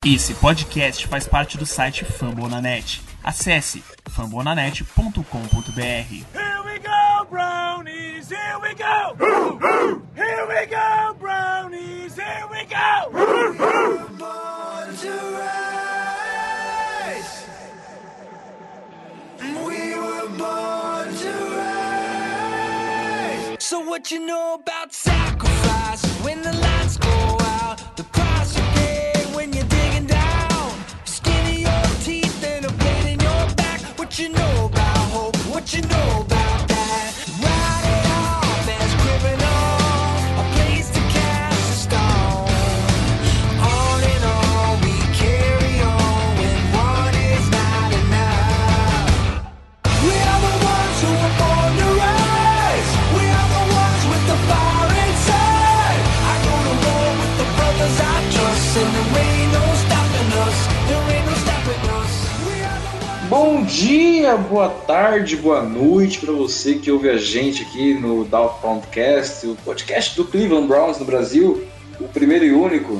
Esse podcast faz parte do site Fambonanet. Acesse fambonanet.com.br. Here we go, brownies, here we go! Here we go, brownies, here we go! We're born to rise. We were born to rise. So what you know about sacrifice when the lights go out? The price you pay when you're digging down. Skin of your teeth and a blade in your back. What you know about hope? What you know about that? Write it off as criminal. A place to cast a stone. On and on we carry on when one is not enough. We are the ones who were born to rise. We are the ones with the fire inside. I go to war with the brothers I trust, and there ain't no stopping us. There ain't no stopping us. We are the ones. Bom dia, boa tarde, boa noite para você que ouve a gente aqui no Down Podcast, o podcast do Cleveland Browns no Brasil, o primeiro e único.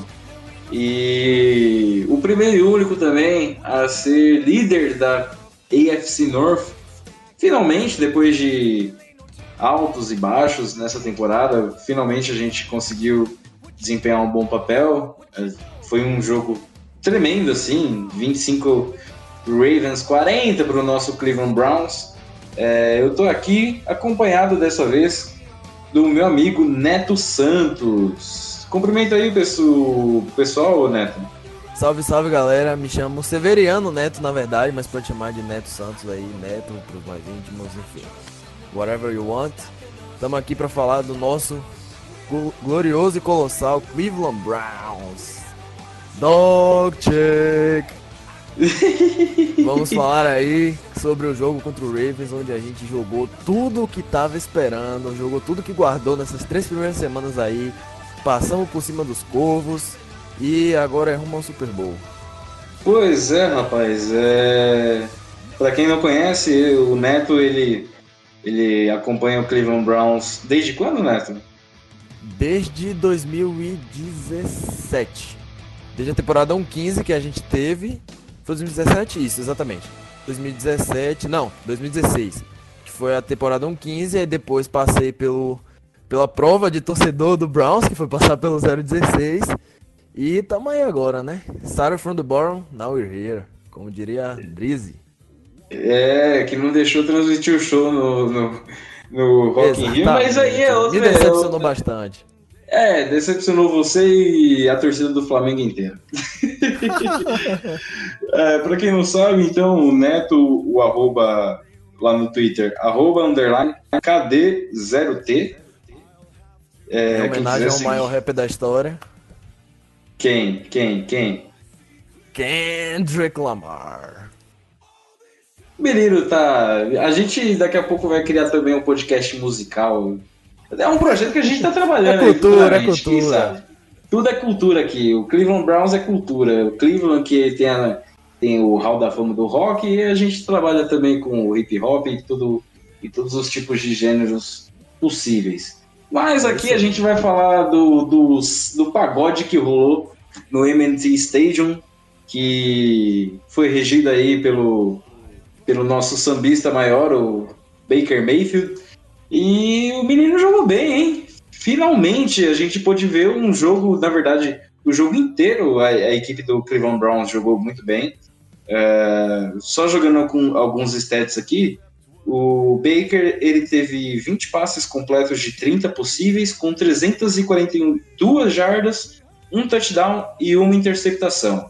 E o primeiro e único também a ser líder da AFC North. Finalmente, depois de altos e baixos nessa temporada, finalmente a gente conseguiu desempenhar um bom papel. Foi um jogo tremendo, assim, 25 Ravens, 40 para o nosso Cleveland Browns. Eu tô aqui acompanhado dessa vez do meu amigo Neto Santos. Cumprimenta aí o pessoal, Neto. Salve, salve, galera. Me chamo Severiano Neto, na verdade, mas pode chamar de Neto Santos aí, Neto pros mais íntimos, enfim. Whatever you want. Estamos aqui para falar do nosso glorioso e colossal Cleveland Browns. Dog check. Vamos falar aí sobre o jogo contra o Ravens, onde a gente jogou tudo o que tava esperando, jogou tudo que guardou nessas 3 primeiras semanas aí, passamos por cima dos corvos e agora é rumo ao Super Bowl. Pois é, rapaz. Para quem não conhece, o Neto ele acompanha o Cleveland Browns desde quando, Neto? Desde 2017. Desde a temporada 1-15 que a gente teve. Foi 2017? Isso, exatamente. 2016. Que foi a temporada 1-15, aí depois passei pela prova de torcedor do Browns, que foi passar pelo 0-16. E tamo aí agora, né? Started from the bottom, now we're here. Como diria Drizzy. Que não deixou transmitir o show no Rock in Rio, mas aí é outra. Me decepcionou bastante. Decepcionou você e a torcida do Flamengo inteira. Pra quem não sabe, então, o Neto, o arroba lá no Twitter, _, KD0T. Em homenagem ao maior rap da história. Quem? Kendrick Lamar. Menino, tá. A gente daqui a pouco vai criar também um podcast musical. É um projeto que a gente tá trabalhando. É cultura. Tudo é cultura aqui. O Cleveland Browns é cultura. O Cleveland que tem o Hall da Fama do rock, e a gente trabalha também com o hip hop e todos os tipos de gêneros possíveis. Mas aqui a gente vai falar do pagode que rolou no M&T Stadium, que foi regido aí pelo nosso sambista maior, o Baker Mayfield. E o menino jogou bem, hein? Finalmente a gente pôde ver um jogo, na verdade, o jogo inteiro a equipe do Cleveland Browns jogou muito bem. Só jogando com alguns stats aqui, o Baker ele teve 20 passes completos de 30 possíveis, com 342 jardas, um touchdown e uma interceptação.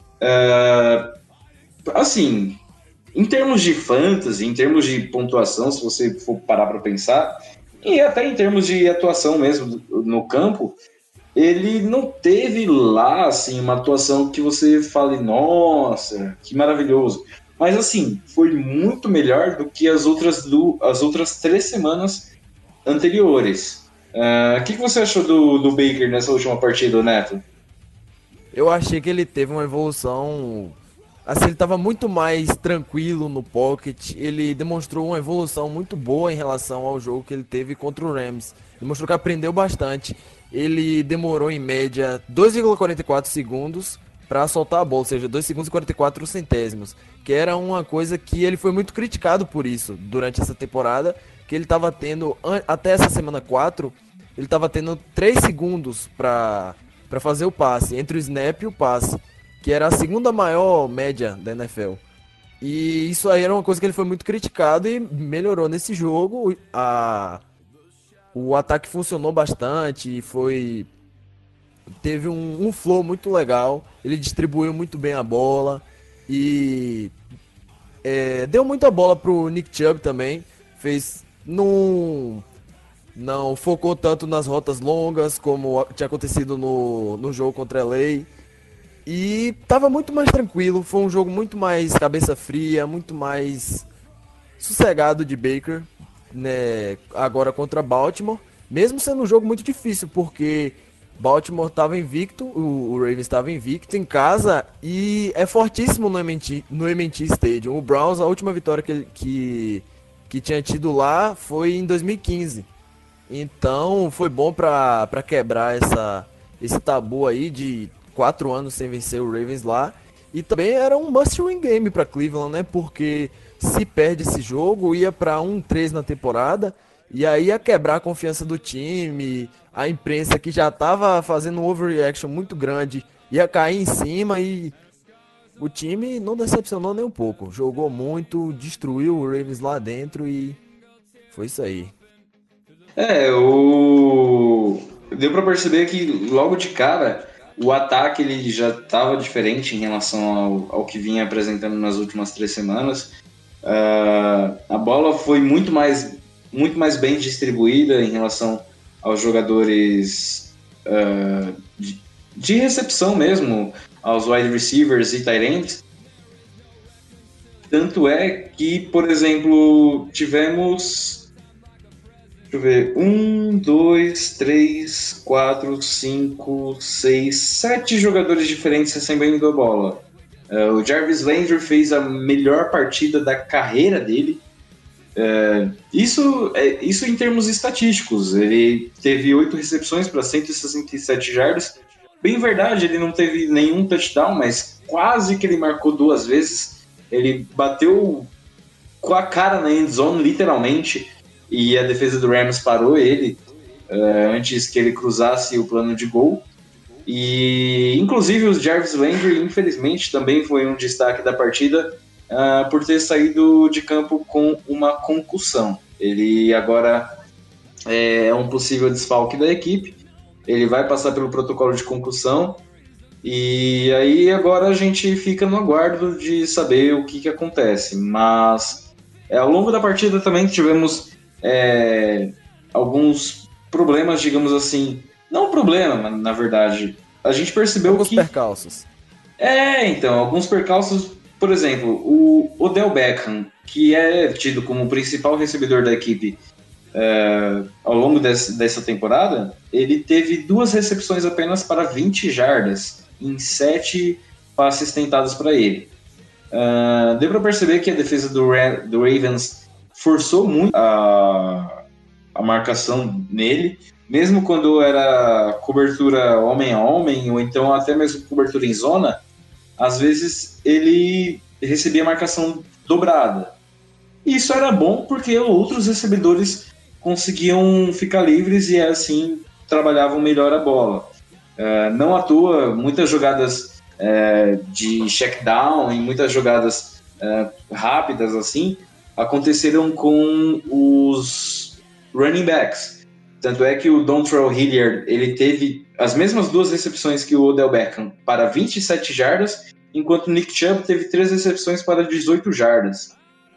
Assim, em termos de fantasy, em termos de pontuação, se você for parar para pensar, e até em termos de atuação mesmo no campo, ele não teve lá assim, uma atuação que você fale, nossa, que maravilhoso. Mas assim, foi muito melhor do que as outras 3 semanas anteriores. O que você achou do Baker nessa última partida, Neto? Eu achei que ele teve uma evolução. Assim, ele estava muito mais tranquilo no pocket. Ele demonstrou uma evolução muito boa em relação ao jogo que ele teve contra o Rams. Demonstrou que aprendeu bastante. Ele demorou em média 2,44 segundos para soltar a bola, ou seja, 2 segundos e 44 centésimos, que era uma coisa que ele foi muito criticado por isso durante essa temporada, que ele estava tendo, até essa semana 4, ele estava tendo 3 segundos para fazer o passe, entre o snap e o passe, que era a segunda maior média da NFL. E isso aí era uma coisa que ele foi muito criticado e melhorou nesse jogo. O ataque funcionou bastante, teve um flow muito legal, ele distribuiu muito bem a bola e deu muita bola pro Nick Chubb também, não focou tanto nas rotas longas como tinha acontecido no jogo contra a LA. E tava muito mais tranquilo, foi um jogo muito mais cabeça fria, muito mais sossegado de Baker, né, agora contra Baltimore. Mesmo sendo um jogo muito difícil, porque Baltimore estava invicto, o Ravens estava invicto em casa e é fortíssimo no M&T Stadium. O Browns, a última vitória que tinha tido lá foi em 2015. Então foi bom para quebrar esse tabu aí de 4 anos sem vencer o Ravens lá. E também era um must-win game para Cleveland, né? Porque se perde esse jogo, ia para 1-3 na temporada. E aí ia quebrar a confiança do time. A imprensa que já estava fazendo um overreaction muito grande ia cair em cima. E o time não decepcionou nem um pouco. Jogou muito, destruiu o Ravens lá dentro e foi isso aí. Deu pra perceber que logo de cara o ataque ele já estava diferente em relação ao que vinha apresentando nas últimas 3 semanas. A bola foi muito mais bem distribuída em relação aos jogadores de recepção mesmo, aos wide receivers e tight ends. Tanto é que, por exemplo, tivemos... Deixa eu ver, 1, 2, 3, 4, 5, 6, 7 jogadores diferentes recebendo a bola. O Jarvis Landry fez a melhor partida da carreira dele. Isso em termos estatísticos. Ele teve 8 recepções para 167 jardas. Bem verdade, ele não teve nenhum touchdown, mas quase que ele marcou 2 vezes. Ele bateu com a cara na end zone, literalmente. E a defesa do Rams parou ele antes que ele cruzasse o plano de gol. E, inclusive, o Jarvis Landry, infelizmente, também foi um destaque da partida por ter saído de campo com uma concussão. Ele agora é um possível desfalque da equipe. Ele vai passar pelo protocolo de concussão. E aí agora a gente fica no aguardo de saber o que acontece. Mas ao longo da partida também tivemos... alguns problemas, digamos assim, não problema, na verdade, a gente percebeu alguns que... percalços. Então, alguns percalços, por exemplo, o Odell Beckham, que é tido como o principal recebedor da equipe ao longo dessa temporada, ele teve 2 recepções apenas para 20 jardas, em 7 passes tentados para ele. Deu para perceber que a defesa do Ravens forçou muito a marcação nele, mesmo quando era cobertura homem a homem, ou então até mesmo cobertura em zona, às vezes ele recebia marcação dobrada. E isso era bom porque outros recebedores conseguiam ficar livres e assim trabalhavam melhor a bola. Não à toa, muitas jogadas de check down e muitas jogadas rápidas assim, aconteceram com os running backs. Tanto é que o Dontrell Hilliard, ele teve as mesmas 2 recepções que o Odell Beckham para 27 jardas, enquanto o Nick Chubb teve 3 recepções para 18 jardas.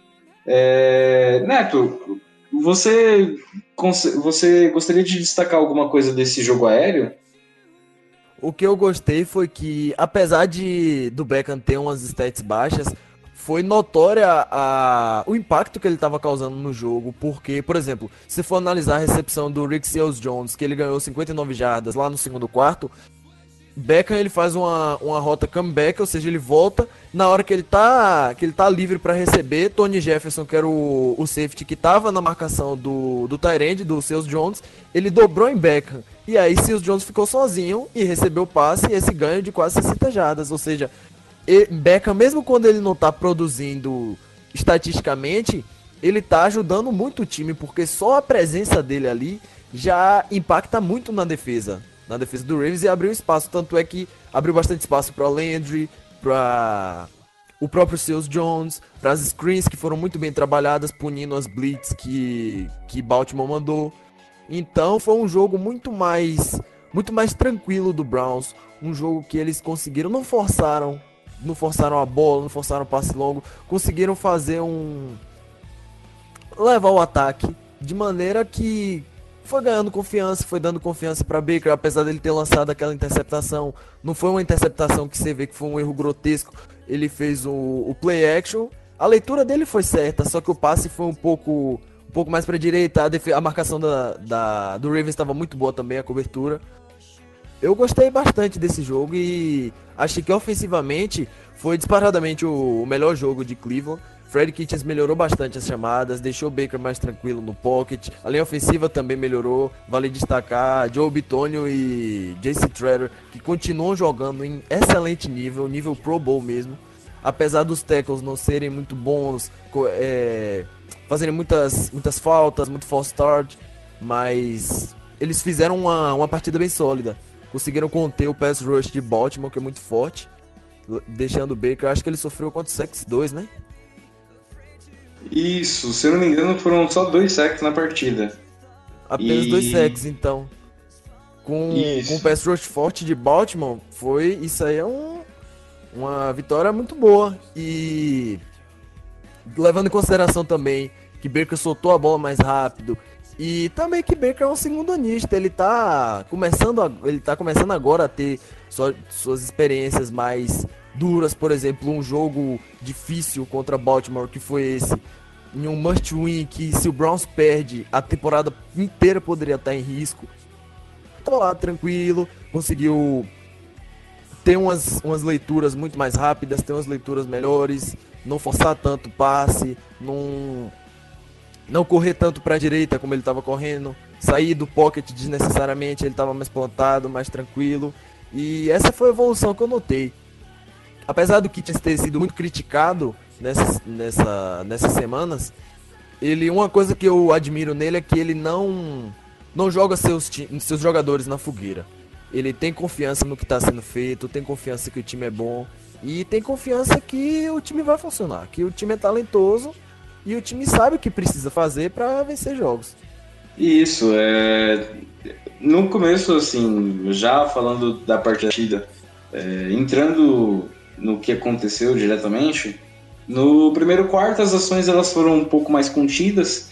Neto, você gostaria de destacar alguma coisa desse jogo aéreo? O que eu gostei foi que, apesar do Beckham ter umas stats baixas, foi notória o impacto que ele estava causando no jogo, porque, por exemplo, se for analisar a recepção do Rick Seals-Jones, que ele ganhou 59 jardas lá no segundo quarto, Beckham ele faz uma rota comeback, ou seja, ele volta na hora que ele tá livre para receber. Tony Jefferson, que era o safety que tava na marcação do tight end, do Seals Jones, ele dobrou em Beckham. E aí Seals Jones ficou sozinho e recebeu o passe e esse ganho de quase 60 jardas. Ou seja, Beckham, mesmo quando ele não tá produzindo estatisticamente, ele tá ajudando muito o time, porque só a presença dele ali já impacta muito na defesa do Ravens e abriu espaço. Tanto é que abriu bastante espaço para Landry, para o próprio Seals Jones, para as screens que foram muito bem trabalhadas, punindo as blitz que Baltimore mandou. Então foi um jogo muito mais tranquilo do Browns, um jogo que eles conseguiram, não forçaram a bola, não forçaram o passe longo, conseguiram fazer levar o ataque de maneira que foi ganhando confiança, foi dando confiança para Baker, apesar dele ter lançado aquela interceptação. Não foi uma interceptação que você vê que foi um erro grotesco. Ele fez o play action, a leitura dele foi certa, só que o passe foi um pouco mais para direita. A marcação do Ravens estava muito boa também, a cobertura. Eu gostei bastante desse jogo e achei que ofensivamente foi disparadamente o melhor jogo de Cleveland. Fred Kitchens melhorou bastante as chamadas, deixou o Baker mais tranquilo no pocket. A linha ofensiva também melhorou. Vale destacar Joe Bitonio e J.C. Treader, que continuam jogando em excelente nível Pro Bowl mesmo. Apesar dos tackles não serem muito bons, fazerem muitas faltas, muito false start, mas eles fizeram uma partida bem sólida. Conseguiram conter o pass rush de Baltimore, que é muito forte, deixando o Baker. Acho que ele sofreu contra o sacks 2, né? Isso, se eu não me engano, foram só 2 sacks na partida. Apenas 2 sacks, então. Com o pass rush forte de Baltimore, isso aí é uma vitória muito boa. E levando em consideração também que Baker soltou a bola mais rápido, e também que Baker é um segundanista, ele tá começando agora a ter suas experiências mais duras. Por exemplo, um jogo difícil contra Baltimore, que foi esse, em um must win, que se o Browns perde, a temporada inteira poderia estar em risco. Tô lá tranquilo, conseguiu ter umas leituras muito mais rápidas, ter umas leituras melhores, não forçar tanto o passe, não correr tanto para a direita como ele estava correndo, sair do pocket desnecessariamente, ele estava mais plantado, mais tranquilo. E essa foi a evolução que eu notei. Apesar do Kitchens ter sido muito criticado nessas semanas, uma coisa que eu admiro nele é que ele não joga seus jogadores na fogueira. Ele tem confiança no que está sendo feito, tem confiança que o time é bom e tem confiança que o time vai funcionar, que o time é talentoso e o time sabe o que precisa fazer para vencer jogos. Isso, no começo, assim, já falando da partida, entrando no que aconteceu diretamente, no primeiro quarto as ações elas foram um pouco mais contidas,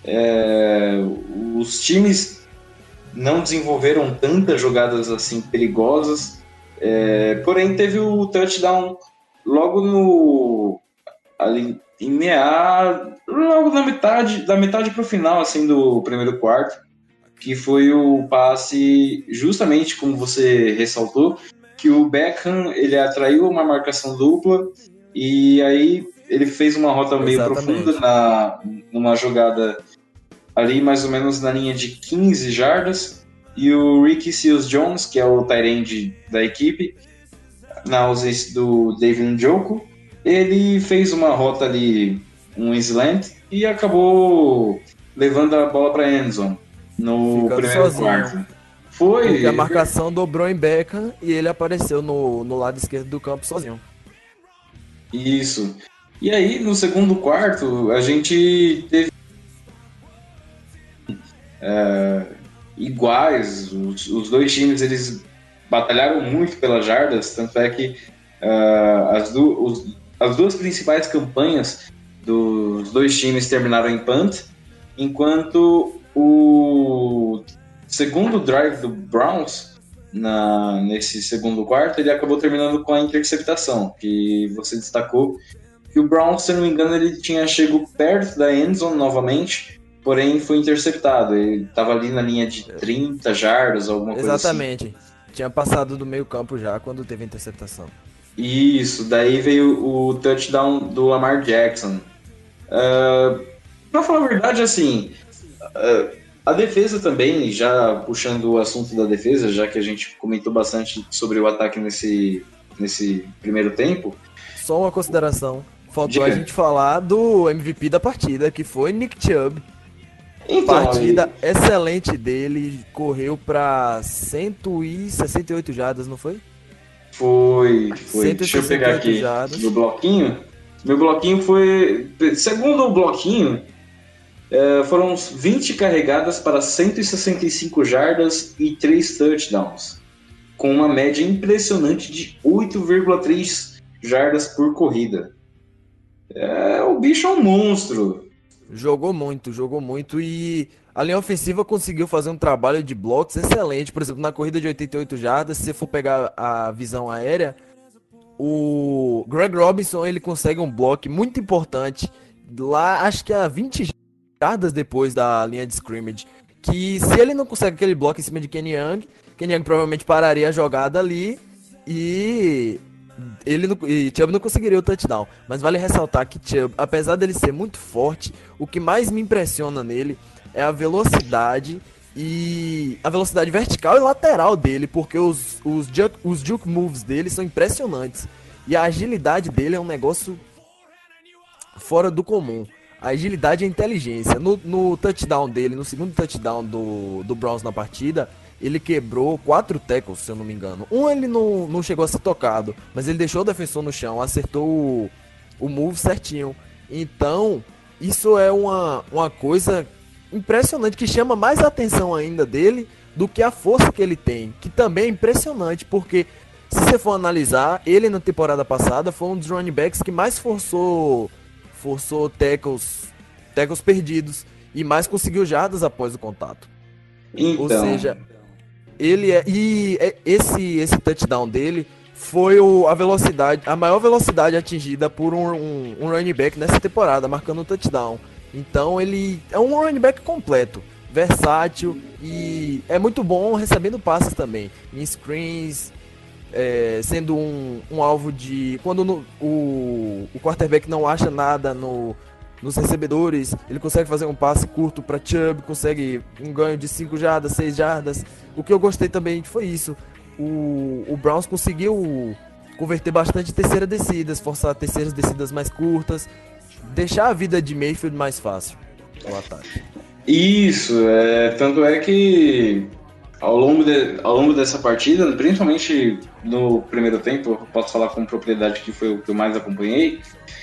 os times não desenvolveram tantas jogadas assim perigosas, porém teve o touchdown logo ali logo da metade para o final assim do primeiro quarto, que foi o passe, justamente como você ressaltou, que o Beckham ele atraiu uma marcação dupla e aí ele fez uma rota meio profunda numa jogada ali mais ou menos na linha de 15 jardas, e o Ricky Seals Jones, que é o tight end da equipe, na ausência do David Njoku, ele fez uma rota ali, um slant, e acabou levando a bola para endzone no primeiro quarto. Porque a marcação dobrou em Beckham e ele apareceu no lado esquerdo do campo sozinho. Isso. E aí, no segundo quarto, a gente teve iguais. Os dois times eles batalharam muito pelas jardas, tanto é que as duas principais campanhas dos dois times terminaram em punt, enquanto o segundo drive do Browns nesse segundo quarto ele acabou terminando com a interceptação, que você destacou, que o Browns, se não me engano, ele tinha chegado perto da endzone novamente, porém foi interceptado. Ele estava ali na linha de 30 jardas, alguma coisa assim. Exatamente. Tinha passado do meio campo já quando teve a interceptação. Isso, daí veio o touchdown do Lamar Jackson. Pra falar a verdade, assim, a defesa também, já puxando o assunto da defesa, já que a gente comentou bastante sobre o ataque nesse primeiro tempo. Só uma consideração. Faltou Diga. a gente falar do MVP da partida, que foi Nick Chubb. Então, Partida excelente dele, correu pra 168 jardas, não foi? Foi. Deixa eu 168 pegar aqui jardas. meu bloquinho. Meu bloquinho foi. Segundo o bloquinho, foram 20 carregadas para 165 jardas e 3 touchdowns, com uma média impressionante de 8,3 jardas por corrida. O bicho é um monstro. Jogou muito e a linha ofensiva conseguiu fazer um trabalho de blocos excelente. Por exemplo, na corrida de 88 jardas, se você for pegar a visão aérea, o Greg Robinson ele consegue um bloco muito importante lá, acho que a 20 jardas depois da linha de scrimmage, que se ele não consegue aquele bloco em cima de Kenny Young provavelmente pararia a jogada ali e Chubb não conseguiria o touchdown. Mas vale ressaltar que Chubb, apesar dele ser muito forte, o que mais me impressiona nele é a velocidade vertical e lateral dele, porque os juke moves dele são impressionantes. E a agilidade dele é um negócio fora do comum. A agilidade e a inteligência. No touchdown dele, no segundo touchdown do Browns na partida, ele quebrou 4 tackles, se eu não me engano. Ele não chegou a ser tocado, mas ele deixou o defensor no chão, acertou o move certinho. Então, isso é uma coisa impressionante, que chama mais atenção ainda dele do que a força que ele tem, que também é impressionante, porque se você for analisar, ele na temporada passada foi um dos running backs que mais forçou tackles perdidos e mais conseguiu jardas após o contato. Então, Ou seja, esse touchdown dele foi a maior velocidade atingida por um running back nessa temporada, marcando um touchdown. Então ele é um running back completo, versátil e é muito bom recebendo passes também, em screens, sendo um alvo de... Quando o quarterback não acha nada nos recebedores, ele consegue fazer um passe curto para Chubb, consegue um ganho de 5 jardas, 6 jardas. O que eu gostei também foi isso. O Browns conseguiu converter bastante terceiras descidas, forçar terceiras descidas mais curtas, deixar a vida de Mayfield mais fácil no ataque. Isso, tanto é que ao longo dessa partida, principalmente no primeiro tempo, eu posso falar com propriedade que foi o que eu mais acompanhei,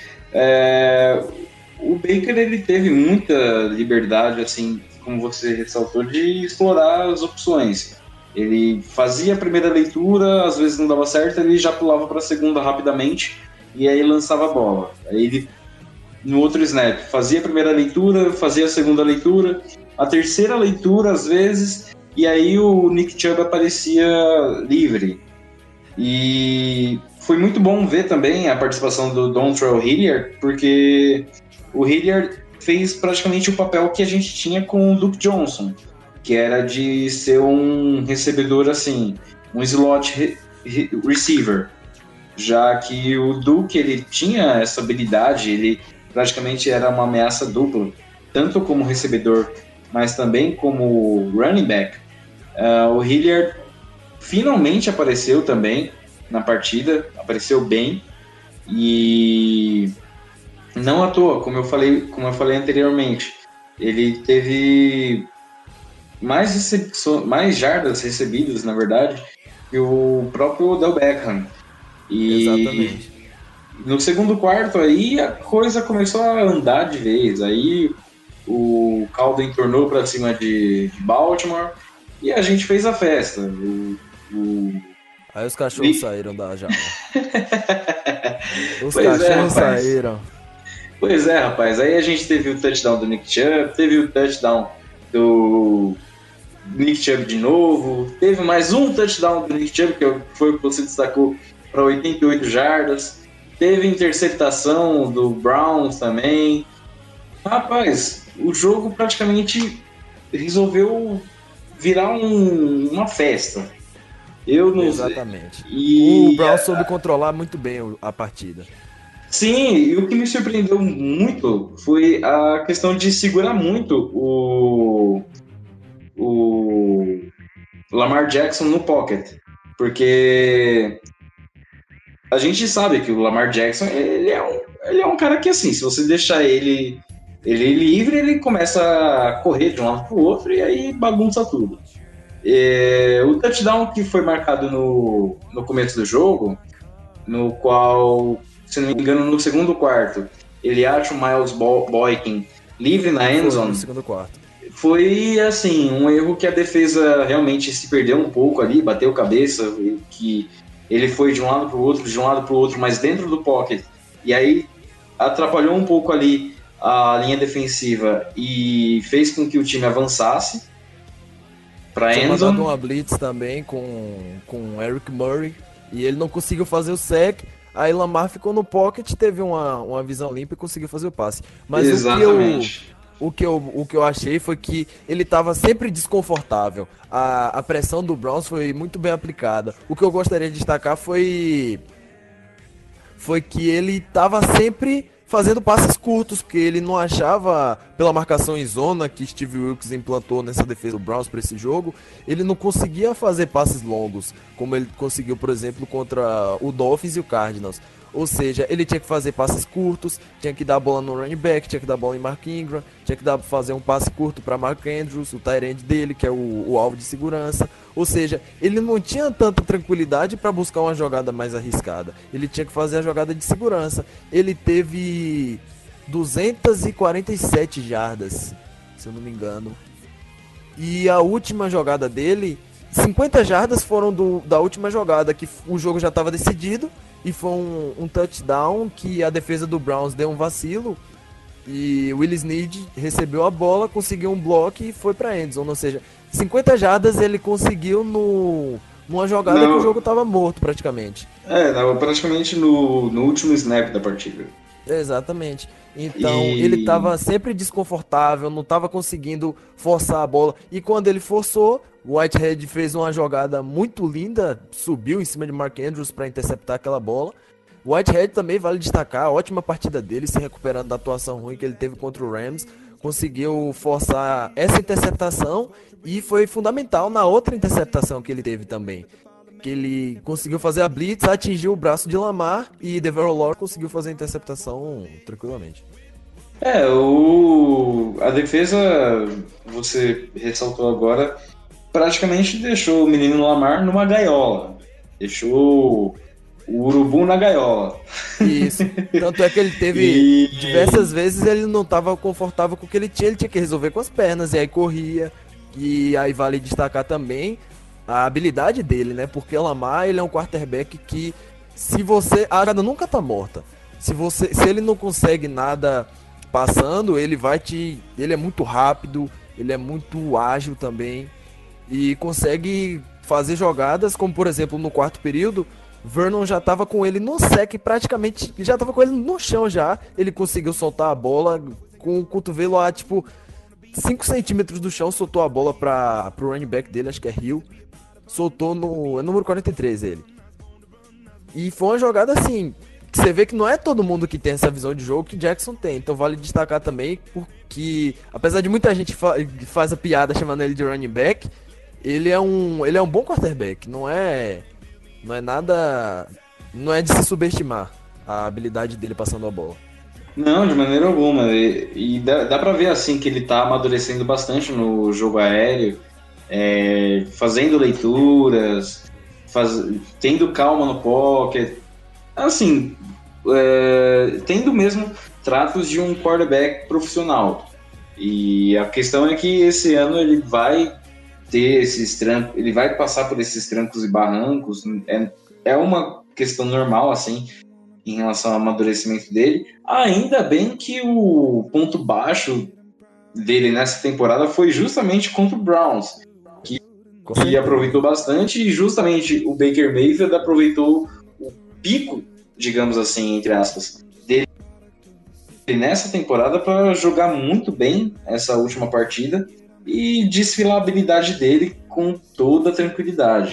o Baker ele teve muita liberdade, assim, como você ressaltou, de explorar as opções. Ele fazia a primeira leitura, às vezes não dava certo, ele já pulava para a segunda rapidamente e aí lançava a bola. Aí ele, no outro snap, fazia a primeira leitura, fazia a segunda leitura, a terceira leitura às vezes, e aí o Nick Chubb aparecia livre. E foi muito bom ver também a participação do Dontrell Hilliard, porque o Hilliard fez praticamente o papel que a gente tinha com o Duke Johnson, que era de ser um recebedor assim, um slot receiver, já que o Duke ele tinha essa habilidade, ele praticamente era uma ameaça dupla, tanto como recebedor, mas também como running back. O Hilliard finalmente apareceu também na partida, apareceu bem, e não à toa, como eu falei anteriormente, ele teve mais jardas recebidas, na verdade, que o próprio Odell Beckham. E Exatamente. no segundo quarto aí a coisa começou a andar de vez. Aí o caldo entornou para cima de Baltimore e a gente fez a festa. Aí os cachorros saíram da jaula. Os Pois cachorros rapaz. saíram. Pois é, rapaz. Aí a gente teve o touchdown do Nick Chubb, teve o touchdown do Nick Chubb de novo, teve mais um touchdown do Nick Chubb, que foi o que você destacou, para 88 jardas, teve interceptação do Browns também. Rapaz, o jogo praticamente resolveu virar uma festa. Eu não Exatamente. E O Browns soube controlar muito bem a partida. sim, e o que me surpreendeu muito foi a questão de segurar muito o Lamar Jackson no pocket. Porque a gente sabe que o Lamar Jackson, ele é um cara que, assim, se você deixar ele livre, ele começa a correr de um lado para o outro e aí bagunça tudo. O touchdown que foi marcado no começo do jogo, no qual, se não me engano, no segundo quarto, ele acha o Miles Boykin livre na endzone. No segundo quarto. Foi, assim, um erro que a defesa realmente se perdeu um pouco ali, bateu cabeça, que ele foi de um lado para o outro, mas dentro do pocket. E aí atrapalhou um pouco ali a linha defensiva e fez com que o time avançasse para Tinha mandado endzone. uma blitz também com o Eric Murray e ele não conseguiu fazer o sack. Aí Lamar ficou no pocket, teve uma visão limpa e conseguiu fazer o passe. Mas Exatamente. o que eu achei foi que ele estava sempre desconfortável. A pressão do Browns foi muito bem aplicada. O que eu gostaria de destacar foi que ele estava sempre fazendo passes curtos, porque ele não achava, pela marcação em zona que Steve Wilkes implantou nessa defesa do Browns para esse jogo, ele não conseguia fazer passes longos, como ele conseguiu, por exemplo, contra o Dolphins e o Cardinals. Ou seja, ele tinha que fazer passes curtos, tinha que dar a bola no running back, tinha que dar a bola em Mark Ingram, tinha que fazer um passe curto para Mark Andrews, o tight end dele, que é o alvo de segurança. Ou seja, ele não tinha tanta tranquilidade para buscar uma jogada mais arriscada. Ele tinha que fazer a jogada de segurança. Ele teve 247 jardas, se eu não me engano. E a última jogada dele, 50 jardas foram da última jogada, que o jogo já estava decidido. E foi um touchdown que a defesa do Browns deu um vacilo. E o Willis Snead recebeu a bola, conseguiu um bloco e foi para endzone. Ou seja, 50 jardas ele conseguiu numa jogada que o jogo estava morto praticamente. Praticamente no último snap da partida. Exatamente. Então ele estava sempre desconfortável, não estava conseguindo forçar a bola. E quando ele forçou, o Whitehead fez uma jogada muito linda, subiu em cima de Mark Andrews para interceptar aquela bola. O Whitehead também vale destacar, a ótima partida dele, se recuperando da atuação ruim que ele teve contra o Rams. Conseguiu forçar essa interceptação e foi fundamental na outra interceptação que ele teve também. Que ele conseguiu fazer a blitz, atingiu o braço de Lamar e Devereux Lawrence conseguiu fazer a interceptação tranquilamente. A defesa, você ressaltou agora, praticamente deixou o menino Lamar numa gaiola. Deixou o urubu na gaiola. Isso. Tanto é que ele teve diversas vezes ele não estava confortável com o que ele tinha que resolver com as pernas, e aí corria. E aí vale destacar também a habilidade dele, né? Porque o Lamar, ele é um quarterback que, a jogada nunca tá morta. Se ele não consegue nada passando, ele é muito rápido, ele é muito ágil também e consegue fazer jogadas, como por exemplo no quarto período, Vernon já tava com ele no sec, praticamente, já tava com ele no chão já, ele conseguiu soltar a bola com o cotovelo a tipo 5 centímetros do chão, soltou a bola pro running back dele, acho que é Hill. Soltou no número 43 ele. E foi uma jogada assim, que você vê que não é todo mundo que tem essa visão de jogo que Jackson tem. Então vale destacar também porque, apesar de muita gente faz a piada chamando ele de running back, ele é um bom quarterback. Não é de se subestimar a habilidade dele passando a bola. Não, de maneira alguma. E dá pra ver assim que ele tá amadurecendo bastante no jogo aéreo. Fazendo leituras, tendo calma no pocket, assim, tendo mesmo tratos de um quarterback profissional. E a questão é que esse ano ele vai ter esses trancos, ele vai passar por esses trancos e barrancos, é uma questão normal, assim, em relação ao amadurecimento dele. Ainda bem que o ponto baixo dele nessa temporada foi justamente contra o Browns, que aproveitou bastante, e justamente o Baker Mayfield aproveitou o pico, digamos assim, entre aspas, dele nessa temporada para jogar muito bem essa última partida e desfilar a habilidade dele com toda tranquilidade.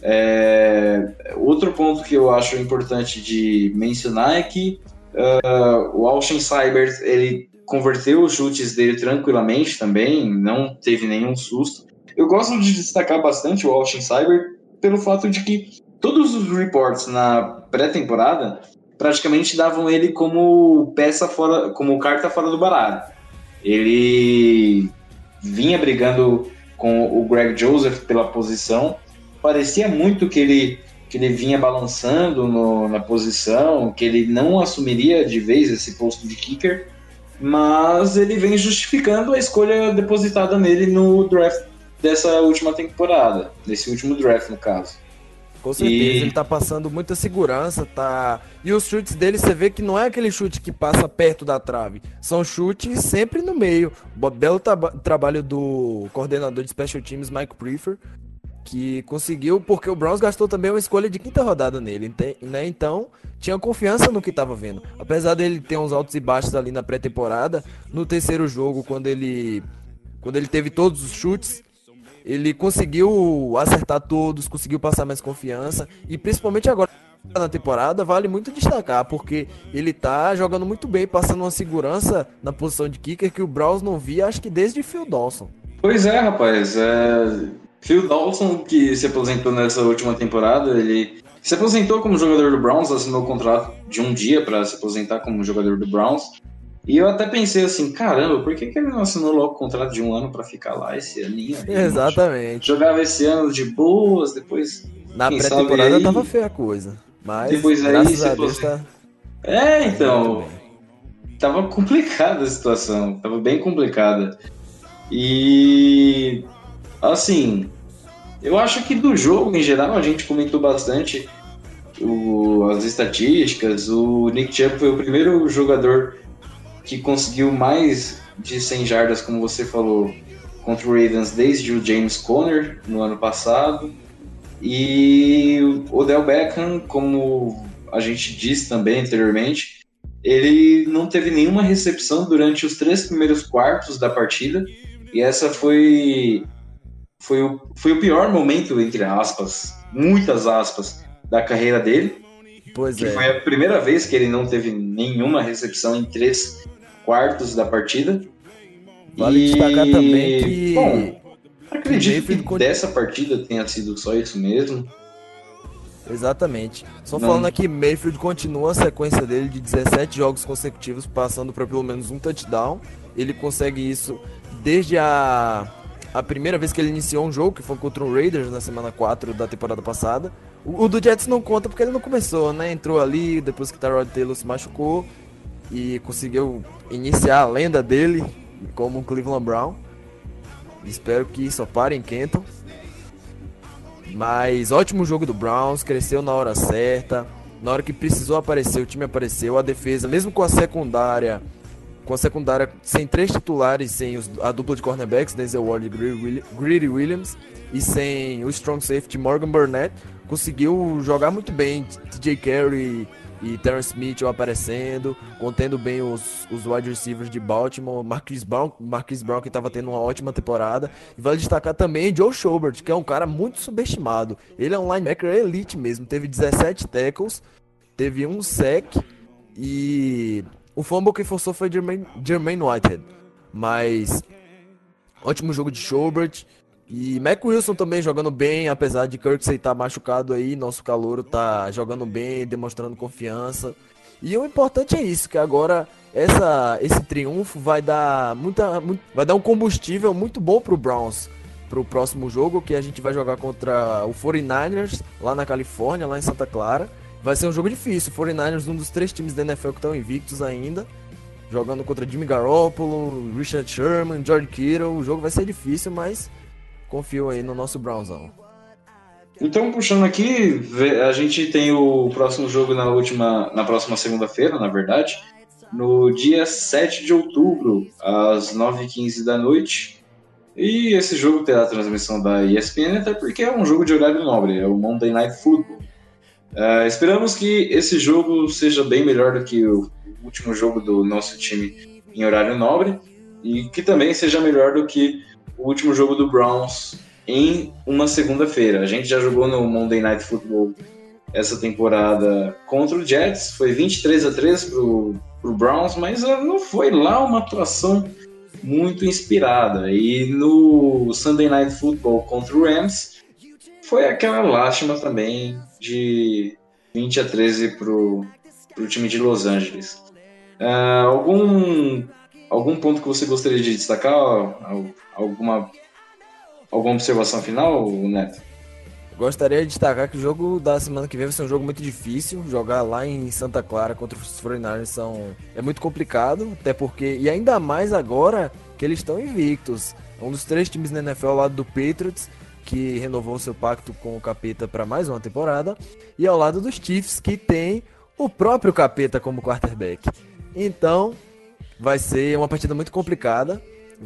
Outro ponto que eu acho importante de mencionar é que o Austin Cybers, ele converteu os chutes dele tranquilamente também, não teve nenhum susto. Eu gosto de destacar bastante o Austin Cyber pelo fato de que todos os reports na pré-temporada praticamente davam ele como peça fora, como carta fora do baralho. Ele vinha brigando com o Greg Joseph pela posição, parecia muito que ele vinha balançando na posição, que ele não assumiria de vez esse posto de kicker, mas ele vem justificando a escolha depositada nele no draft dessa última temporada, desse último draft, no caso. Com certeza, ele tá passando muita segurança, tá? E os chutes dele, você vê que não é aquele chute que passa perto da trave, são chutes sempre no meio. Belo trabalho do coordenador de Special Teams, Mike Prefer, que conseguiu, porque o Browns gastou também uma escolha de 5ª rodada nele, né? Então tinha confiança no que estava vendo. Apesar dele ter uns altos e baixos ali na pré-temporada, no terceiro jogo, quando ele teve todos os chutes, ele conseguiu acertar todos, conseguiu passar mais confiança, e principalmente agora na temporada vale muito destacar, porque ele tá jogando muito bem, passando uma segurança na posição de kicker que o Browns não via, acho que desde Phil Dawson. Pois é, rapaz, Phil Dawson, que se aposentou nessa última temporada, ele se aposentou como jogador do Browns, assinou o contrato de um dia para se aposentar como jogador do Browns. E eu até pensei assim, caramba, por que ele não assinou logo o contrato de 1 ano para ficar lá esse aninho? Exatamente. Jogava esse ano de boas, depois... Na pré-temporada tava feia a coisa, mas depois graças a Deus tá... então... Tava complicada a situação, tava bem complicada. E... assim... eu acho que do jogo, em geral, a gente comentou bastante as estatísticas. O Nick Chubb foi o primeiro jogador que conseguiu mais de 100 jardas, como você falou, contra o Ravens desde o James Conner no ano passado. E o Odell Beckham, como a gente disse também anteriormente, ele não teve nenhuma recepção durante os 3 primeiros quartos da partida. E essa foi o pior momento, entre aspas, muitas aspas, da carreira dele. Pois que foi a primeira vez que ele não teve nenhuma recepção em 3 quartos da partida. Vale destacar também que... bom, acredito que dessa partida tenha sido só isso mesmo. Exatamente. Só falando aqui, Mayfield continua a sequência dele de 17 jogos consecutivos, passando para pelo menos um touchdown. Ele consegue isso desde a primeira vez que ele iniciou um jogo, que foi contra o Raiders na semana 4 da temporada passada. O do Jets não conta porque ele não começou, né? Entrou ali depois que Tyrod Taylor se machucou e conseguiu iniciar a lenda dele como um Cleveland Brown. Espero que só pare em Kenton. Mas ótimo jogo do Browns, cresceu na hora certa. Na hora que precisou aparecer, o time apareceu. A defesa, mesmo com a secundária sem 3 titulares, sem a dupla de cornerbacks, Denzel Ward e Greedy Williams, e sem o strong safety Morgan Burnett, conseguiu jogar muito bem. TJ Carey e Terrence Smith aparecendo, contendo bem os wide receivers de Baltimore. Marquise Brown, que estava tendo uma ótima temporada. E vale destacar também Joe Schobert, que é um cara muito subestimado. Ele é um linebacker elite mesmo, teve 17 tackles, teve 1 sack e o fumble que forçou foi Jermaine Whitehead. Mas ótimo jogo de Schobert. E Mac Wilson também jogando bem, apesar de Kirksey estar machucado aí, nosso calouro tá jogando bem, demonstrando confiança. E o importante é isso, que agora esse triunfo vai dar um combustível muito bom pro Browns, pro próximo jogo, que a gente vai jogar contra o 49ers, lá na Califórnia, lá em Santa Clara. Vai ser um jogo difícil, o 49ers, um dos 3 times da NFL que estão invictos ainda, jogando contra Jimmy Garoppolo, Richard Sherman, George Kittle. O jogo vai ser difícil, mas confio aí no nosso Brownsão. Então, puxando aqui, a gente tem o próximo jogo na próxima segunda-feira, na verdade, no dia 7 de outubro, às 9h15 da noite. E esse jogo terá a transmissão da ESPN, até porque é um jogo de horário nobre, é o Monday Night Football. Esperamos que esse jogo seja bem melhor do que o último jogo do nosso time em horário nobre, e que também seja melhor do que o último jogo do Browns em uma segunda-feira. A gente já jogou no Monday Night Football essa temporada contra o Jets, foi 23-3 pro Browns, mas não foi lá uma atuação muito inspirada. E no Sunday Night Football contra o Rams, foi aquela lástima também de 20-13 pro time de Los Angeles. Algum ponto que você gostaria de destacar? Alguma observação final, Neto? Gostaria de destacar que o jogo da semana que vem vai ser um jogo muito difícil. Jogar lá em Santa Clara contra os 49ers é muito complicado, até porque, e ainda mais agora que eles estão invictos. É um dos 3 times na NFL ao lado do Patriots, que renovou seu pacto com o Capeta para mais uma temporada, e ao lado dos Chiefs, que tem o próprio Capeta como quarterback. Então, vai ser uma partida muito complicada,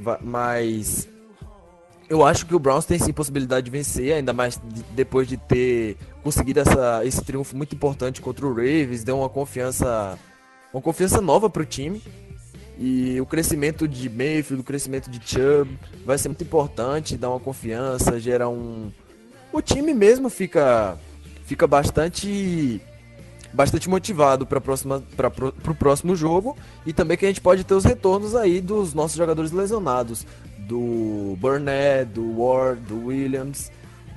mas eu acho que o Browns tem sim possibilidade de vencer, ainda mais depois de ter conseguido esse triunfo muito importante contra o Ravens, deu uma confiança nova para o time. E o crescimento de Mayfield, o crescimento de Chubb vai ser muito importante, dá uma confiança, gera um... O time mesmo fica bastante motivado para o próximo jogo, e também que a gente pode ter os retornos aí dos nossos jogadores lesionados, do Burnett, do Ward, do Williams,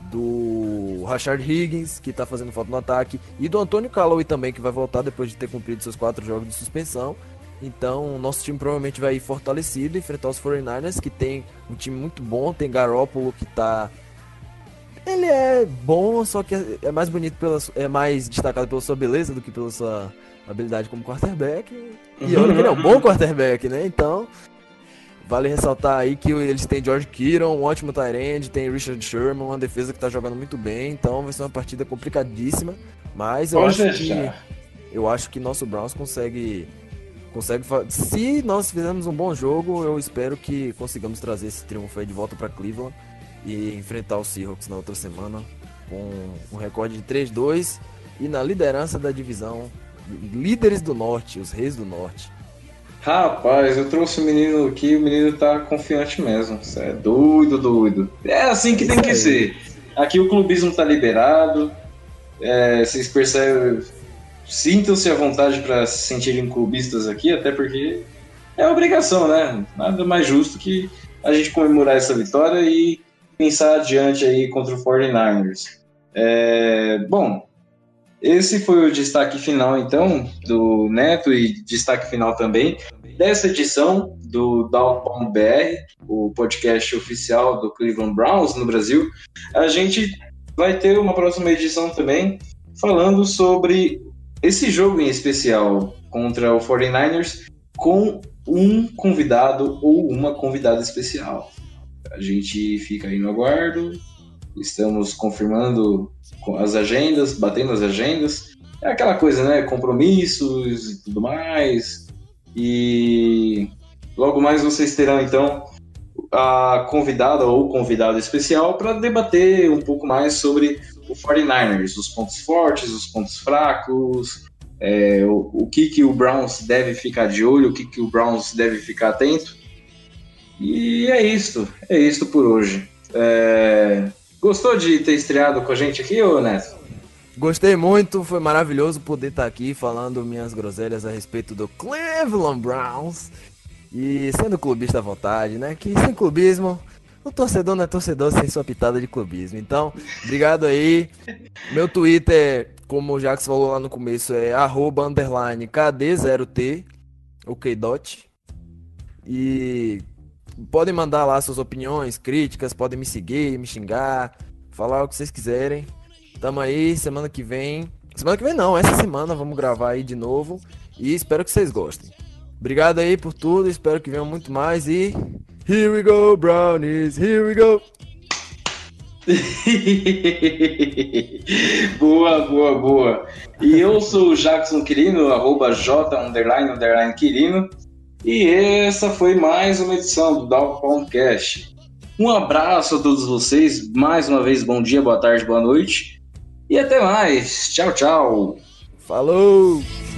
do Rashard Higgins, que está fazendo falta no ataque, e do Antonio Callaway também, que vai voltar depois de ter cumprido seus 4 jogos de suspensão. Então, o nosso time provavelmente vai ir fortalecido, enfrentar os 49ers, que tem um time muito bom, tem Garoppolo que tá... Ele é bom, só que é mais bonito, é mais destacado pela sua beleza do que pela sua habilidade como quarterback. E olha que ele é um bom quarterback, né? Então, vale ressaltar aí que eles têm George Kittle, um ótimo tight end, tem Richard Sherman, uma defesa que tá jogando muito bem. Então, vai ser uma partida complicadíssima. Mas eu acho que nosso Browns consegue. Se nós fizermos um bom jogo, eu espero que consigamos trazer esse triunfo aí de volta para Cleveland e enfrentar os Seahawks na outra semana com um recorde de 3-2 e na liderança da divisão, líderes do Norte, os Reis do Norte. Rapaz, eu trouxe o menino aqui, o menino tá confiante mesmo. Você é doido. É assim que tem que ser. Aqui o clubismo tá liberado, vocês percebem... Sintam-se à vontade para se sentirem clubistas aqui, até porque é obrigação, né? Nada mais justo que a gente comemorar essa vitória e pensar adiante aí contra o 49ers. Bom, esse foi o destaque final, então, do Neto, e destaque final também dessa edição do Downtown BR, o podcast oficial do Cleveland Browns no Brasil. A gente vai ter uma próxima edição também falando sobre esse jogo em especial contra o 49ers com um convidado ou uma convidada especial. A gente fica aí no aguardo, estamos confirmando as agendas, batendo as agendas. É aquela coisa, né? Compromissos e tudo mais. E logo mais vocês terão, então, a convidada ou convidado especial para debater um pouco mais sobre o 49ers, os pontos fortes, os pontos fracos, o que o Browns deve ficar de olho, o que o Browns deve ficar atento. E é isto por hoje. Gostou de ter estreado com a gente aqui, ô Neto? Gostei muito, foi maravilhoso poder estar aqui falando minhas groselhas a respeito do Cleveland Browns. E sendo clubista à vontade, né? Que sem clubismo, o torcedor não é torcedor sem sua pitada de clubismo. Então, obrigado aí. Meu Twitter, como o Jax falou lá no começo, é @KD0T, ok dot. E podem mandar lá suas opiniões, críticas, podem me seguir, me xingar, falar o que vocês quiserem. Tamo aí, semana que vem não, essa semana vamos gravar aí de novo. E espero que vocês gostem. Obrigado aí por tudo, espero que venham muito mais e... Here we go, Brownies, here we go! Boa. E eu sou o Jackson Quirino, @J__Quirino. E essa foi mais uma edição do Downtown Cast. Um abraço a todos vocês, mais uma vez, bom dia, boa tarde, boa noite. E até mais, tchau. Falou!